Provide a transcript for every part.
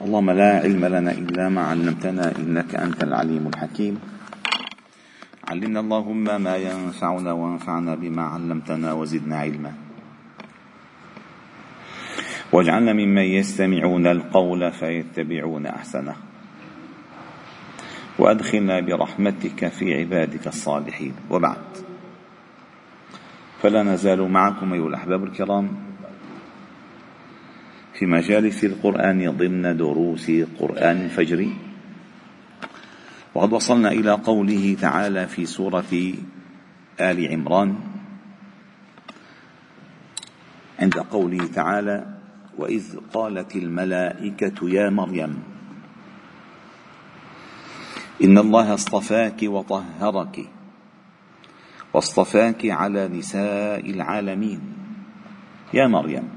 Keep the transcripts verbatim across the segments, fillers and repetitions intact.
اللهم لا علم لنا إلا ما علمتنا إنك أنت العليم الحكيم. علمنا اللهم ما ينفعنا وانفعنا بما علمتنا وزدنا علما، واجعلنا ممن يستمعون القول فيتبعون أحسنه، وأدخلنا برحمتك في عبادك الصالحين. وبعد، فلا نزال معكم أيها الأحباب الكرام في مجالس القرآن ضمن دروس قرآن الفجر، وقد وصلنا إلى قوله تعالى في سورة آل عمران عند قوله تعالى: وإذ قالت الملائكة يا مريم إن الله اصطفاك وطهرك واصطفاك على نساء العالمين يا مريم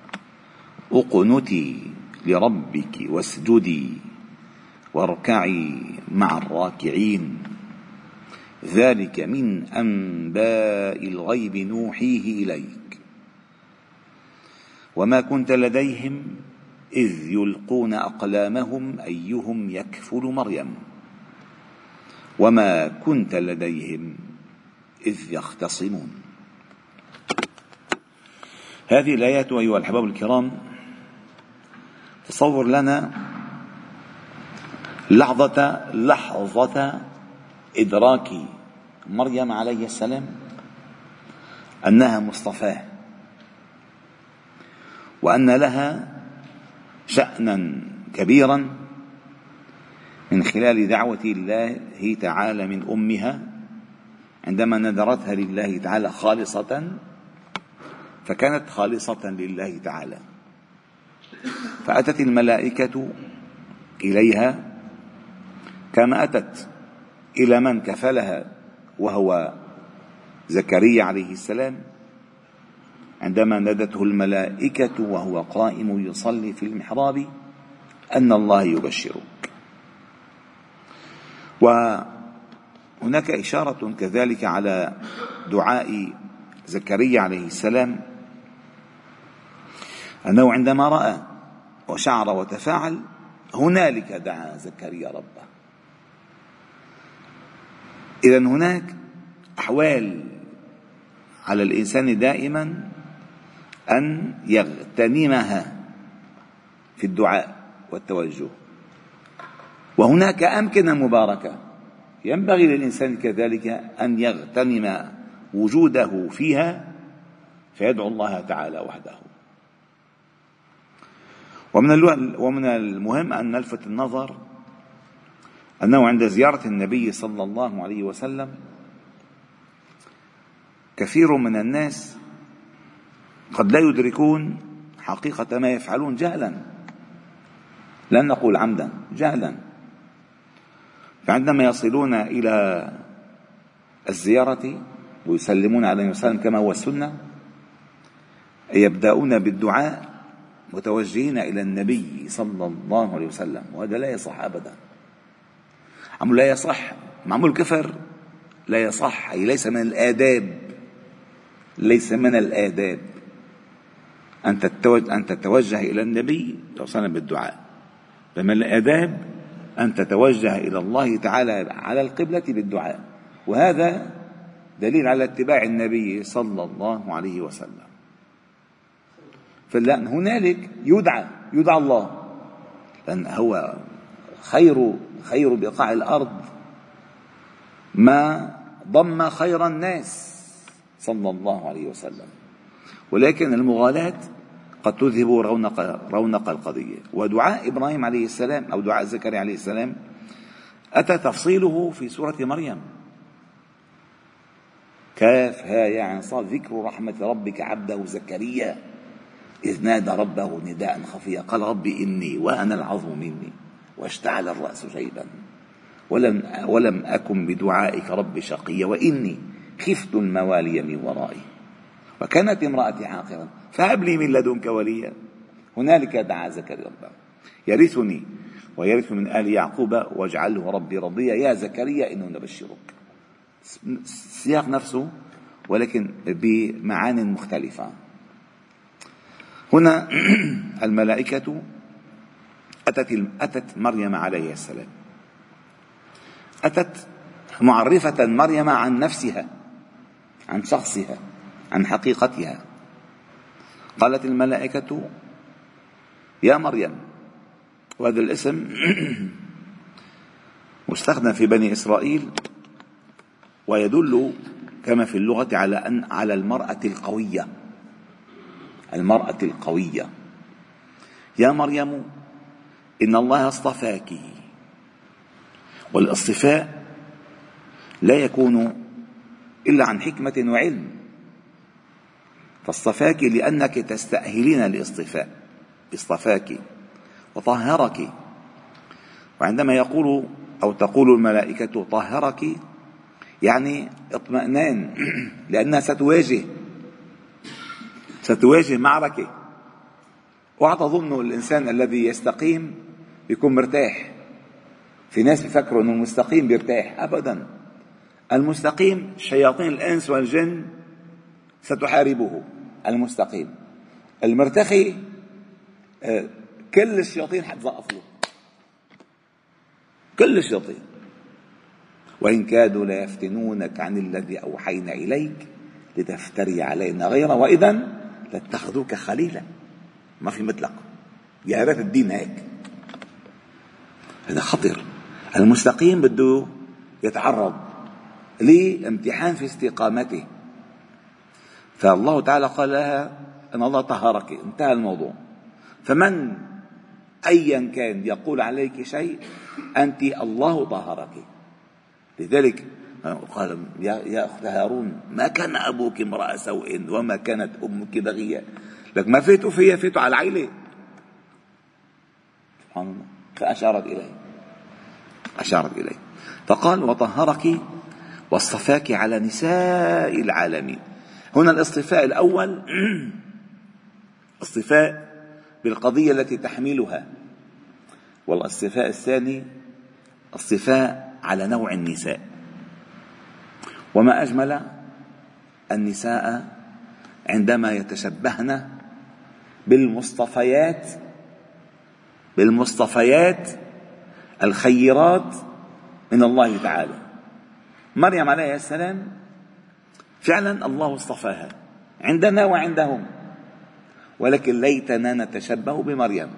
اقنتي لربك واسجدي واركعي مع الراكعين، ذلك من أنباء الغيب نوحيه إليك وما كنت لديهم إذ يلقون أقلامهم أيهم يكفل مريم وما كنت لديهم إذ يختصمون. هذه الآيات أيها الأحباب الكرام تصور لنا لحظة لحظة إدراك مريم عليه السلام أنها مصطفاة، وأن لها شأنا كبيرا من خلال دعوة الله تعالى من أمها عندما نذرتها لله تعالى خالصة، فكانت خالصة لله تعالى. فأتت الملائكة إليها كما أتت إلى من كفلها وهو زكريا عليه السلام عندما نادته الملائكة وهو قائم يصلي في المحراب أن الله يبشرك. وهناك إشارة كذلك على دعاء زكريا عليه السلام أنه عندما رأى وشعر وتفاعل هنالك دعا زكريا ربه. إذن هناك أحوال على الإنسان دائما أن يغتنمها في الدعاء والتوجه، وهناك أمكنة مباركة ينبغي للإنسان كذلك أن يغتنم وجوده فيها فيدعو الله تعالى وحده. ومن المهم أن نلفت النظر أنه عند زيارة النبي صلى الله عليه وسلم كثير من الناس قد لا يدركون حقيقة ما يفعلون جهلا، لن نقول عمدا، جهلا. فعندما يصلون إلى الزيارة ويسلمون على النبي صلى الله عليه وسلم كما هو السنة، يبدأون بالدعاء متوجهين إلى النبي صلى الله عليه وسلم، وهذا لا يصح أبدا. عمل لا يصح، معمول كفر لا يصح، أي ليس من الآداب، ليس من الآداب أن تتوجه, أن تتوجه إلى النبي صلى الله عليه وسلم بالدعاء، فمن الآداب أن تتوجه إلى الله تعالى على القبلة بالدعاء، وهذا دليل على اتباع النبي صلى الله عليه وسلم. فلأن هنالك يدعى يدعى الله، لأن هو خير خير بقاع الأرض ما ضم خير الناس صلى الله عليه وسلم، ولكن المغالاة قد تذهب رونق, رونق القضية. ودعاء إبراهيم عليه السلام أو دعاء زكريا عليه السلام أتى تفصيله في سورة مريم، كاف ها يا عين صاد، ذكر رحمة ربك عبده زكريا إذ نادى ربه نداء خفيا قال رب إني وأنا العظم مني واشتعل الرأس شيبا ولم, ولم أكن بدعائك رب شقيا وإني خفت الموالي من ورائي وكانت امرأتي عاقرا فهب لي من لدنك وليا. هنالك دعا زكريا ربه يرثني ويرث من آل يعقوب واجعله ربي رضيا يا زكريا إنه نبشرك. السياق نفسه ولكن بمعان مختلفة. هنا الملائكة أتت, أتت مريم عليه السلام، أتت معرفة مريم عن نفسها، عن شخصها، عن حقيقتها. قالت الملائكة يا مريم، وهذا الاسم مستخدم في بني إسرائيل ويدل كما في اللغة على أن على المرأة القوية، المرأة القوية. يا مريم إن الله اصطفاك، والاصطفاء لا يكون إلا عن حكمة وعلم، فاصطفاك لأنك تستأهلين الاصطفاء، اصطفاك وطهرك. وعندما يقول أو تقول الملائكة طهرك يعني اطمئنان، لأنها ستواجه ستواجه معركة. وتظن الإنسان الذي يستقيم يكون مرتاح. في ناس بيفكروا أنه المستقيم بيرتاح، أبدا. المستقيم شياطين الإنس والجن ستحاربه، المستقيم. المرتخي كل الشياطين حتزقف له، كل الشياطين. وإن كادوا ليفتنونك عن الذي أوحينا إليك لتفتري علينا غيره وإذا لاتخذوك خليلا. ما في مثلك يا ريت الدين هيك. هذا خطر. المستقيم بده يتعرض لامتحان في استقامته. فالله تعالى قال لها أن الله طهرك، انتهى الموضوع. فمن أيا كان يقول عليك شيء أنت الله طهرك. لذلك قال يا أخت هارون ما كان أبوك امرأ سوء وما كانت أمك بغية. لك ما فيتوا فيها، فيتوا على العيلة. سبحان الله. فأشارت إليه أشارت إليه فقال وطهرك واصطفاك على نساء العالمين. هنا الاصطفاء الأول اصطفاء بالقضية التي تحملها، والاصطفاء الثاني اصطفاء على نوع النساء. وما أجمل النساء عندما يتشبهن بالمصطفيات بالمصطفيات الخيرات من الله تعالى. مريم عليه السلام فعلا الله اصطفاها عندنا وعندهم، ولكن ليتنا نتشبه بمريم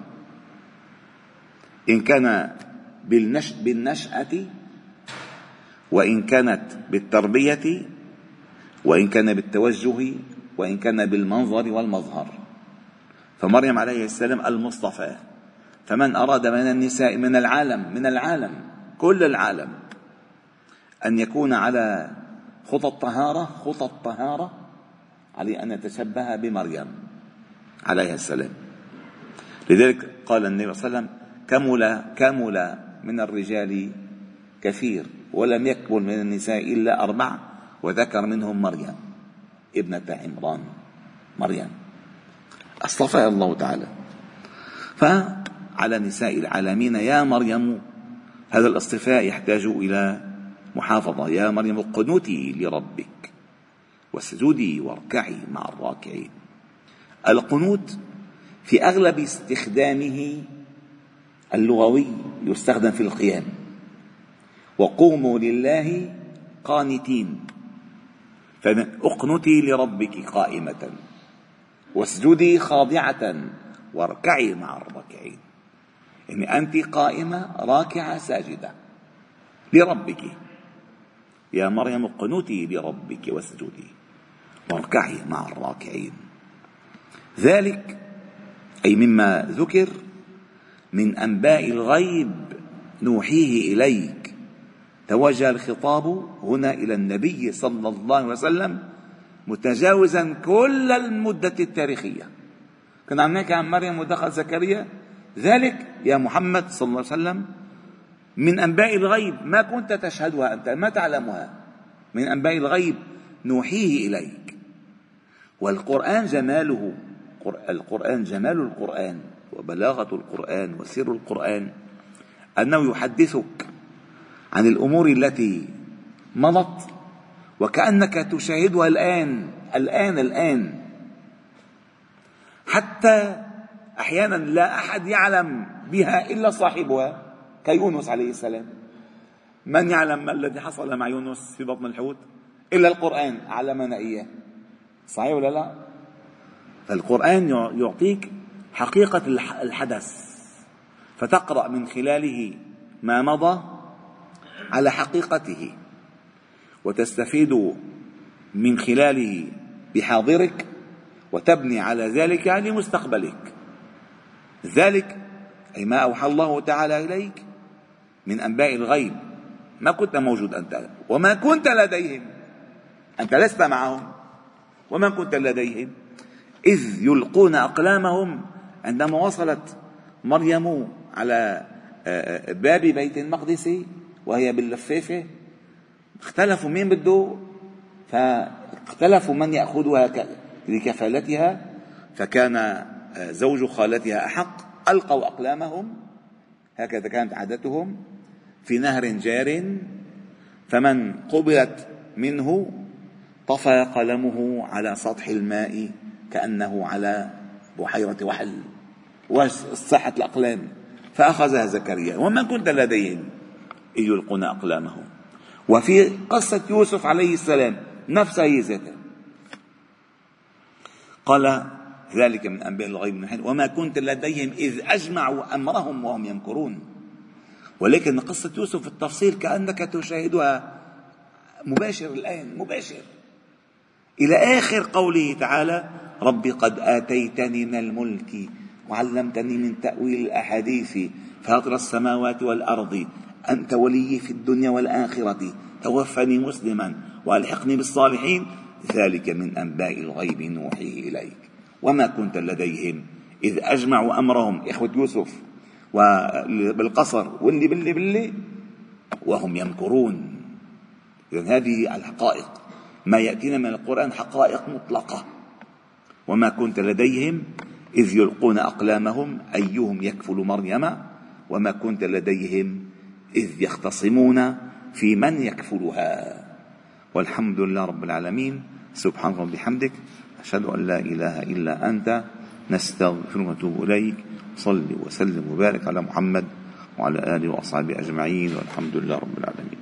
إن كان بالنش... بالنشأة، وإن كانت بالتربية، وإن كان بالتوجه، وإن كان بالمنظر والمظهر. فمريم عليه السلام المصطفى. فمن أراد من النساء من العالم من العالم كل العالم أن يكون على خطى الطهارة خطى الطهارة عليه أن يتشبه بمريم عليه السلام. لذلك قال النبي صلى الله عليه وسلم كمل كمل من الرجال كثير ولم يكمل من النساء إلا أربع، وذكر منهم مريم ابنة عمران. مريم اصطفاها الله تعالى. فعلى نساء العالمين يا مريم، هذا الاصطفاء يحتاج إلى محافظة. يا مريم اقنتي لربك واسجدي واركعي مع الراكعين. القنوت في أغلب استخدامه اللغوي يستخدم في القيام، وقوموا لله قانتين. فاقنتي لربك قائمة واسجدي خاضعة واركعي مع الراكعين. يعني أنت قائمة راكعة ساجدة لربك. يا مريم اقنتي لربك واسجدي واركعي مع الراكعين. ذلك أي مما ذكر من أنباء الغيب نوحيه إليك. توجه الخطاب هنا إلى النبي صلى الله عليه وسلم متجاوزا كل المدة التاريخية. كنا عم نحكي عن مريم ودخل زكريا، ذلك يا محمد صلى الله عليه وسلم من أنباء الغيب ما كنت تشهدها أنت، ما تعلمها، من أنباء الغيب نوحيه إليك. والقرآن جماله القرآن جمال القرآن وبلاغة القرآن وسر القرآن أنه يحدثك عن الأمور التي مضت وكأنك تشاهدها الآن الآن الآن، حتى أحيانا لا أحد يعلم بها إلا صاحبها، كيونس عليه السلام. من يعلم ما الذي حصل مع يونس في بطن الحوت إلا القرآن علمنا إياه، صحيح ولا لا؟ فالقرآن يعطيك حقيقة الحدث، فتقرأ من خلاله ما مضى على حقيقته، وتستفيد من خلاله بحاضرك، وتبني على ذلك لمستقبلك. ذلك أي ما أوحى الله تعالى إليك من أنباء الغيب، ما كنت موجود أنت، وما كنت لديهم، أنت لست معهم، وما كنت لديهم إذ يلقون أقلامهم. عندما وصلت مريم على باب بيت المقدس وهي باللفافة، اختلفوا مين بده، فاختلفوا من يأخذها لكفالتها، فكان زوج خالتها أحق. ألقوا أقلامهم، هكذا كانت عادتهم، في نهر جار، فمن قبلت منه طفى قلمه على سطح الماء كأنه على بحيرة وحل، وصحت الأقلام، فأخذها زكريا وما كنت لديهم إذ يلقون أقلامهم. وفي قصة يوسف عليه السلام نفسها هي ذاتها، قال ذلك من أنباء الغيب نوحيه وما كنت لديهم إذ أجمعوا أمرهم وهم يمكرون. ولكن قصة يوسف التفصيل كأنك تشاهدها مباشر الآن، مباشر إلى آخر قوله تعالى ربي قد آتيتني من الملك وعلمتني من تأويل الأحاديث فاطر السماوات والأرض أنت ولي في الدنيا والآخرة توفني مسلما وألحقني بالصالحين ذلك من أنباء الغيب نوحيه إليك وما كنت لديهم إذ أجمعوا أمرهم، إخوة يوسف وبالقصر واللي باللي باللي وهم يمكرون. إذن هذه الحقائق، ما يأتينا من القرآن حقائق مطلقة. وما كنت لديهم إذ يلقون أقلامهم أيهم يكفل مريم وما كنت لديهم إذ يختصمون في من يكفلها. والحمد لله رب العالمين. سبحانك وبحمدك، أشهد أن لا إله إلا أنت، نستغفرك ونتوب إليك. صل وسلم وبارك على محمد وعلى آله وأصحابه أجمعين، والحمد لله رب العالمين.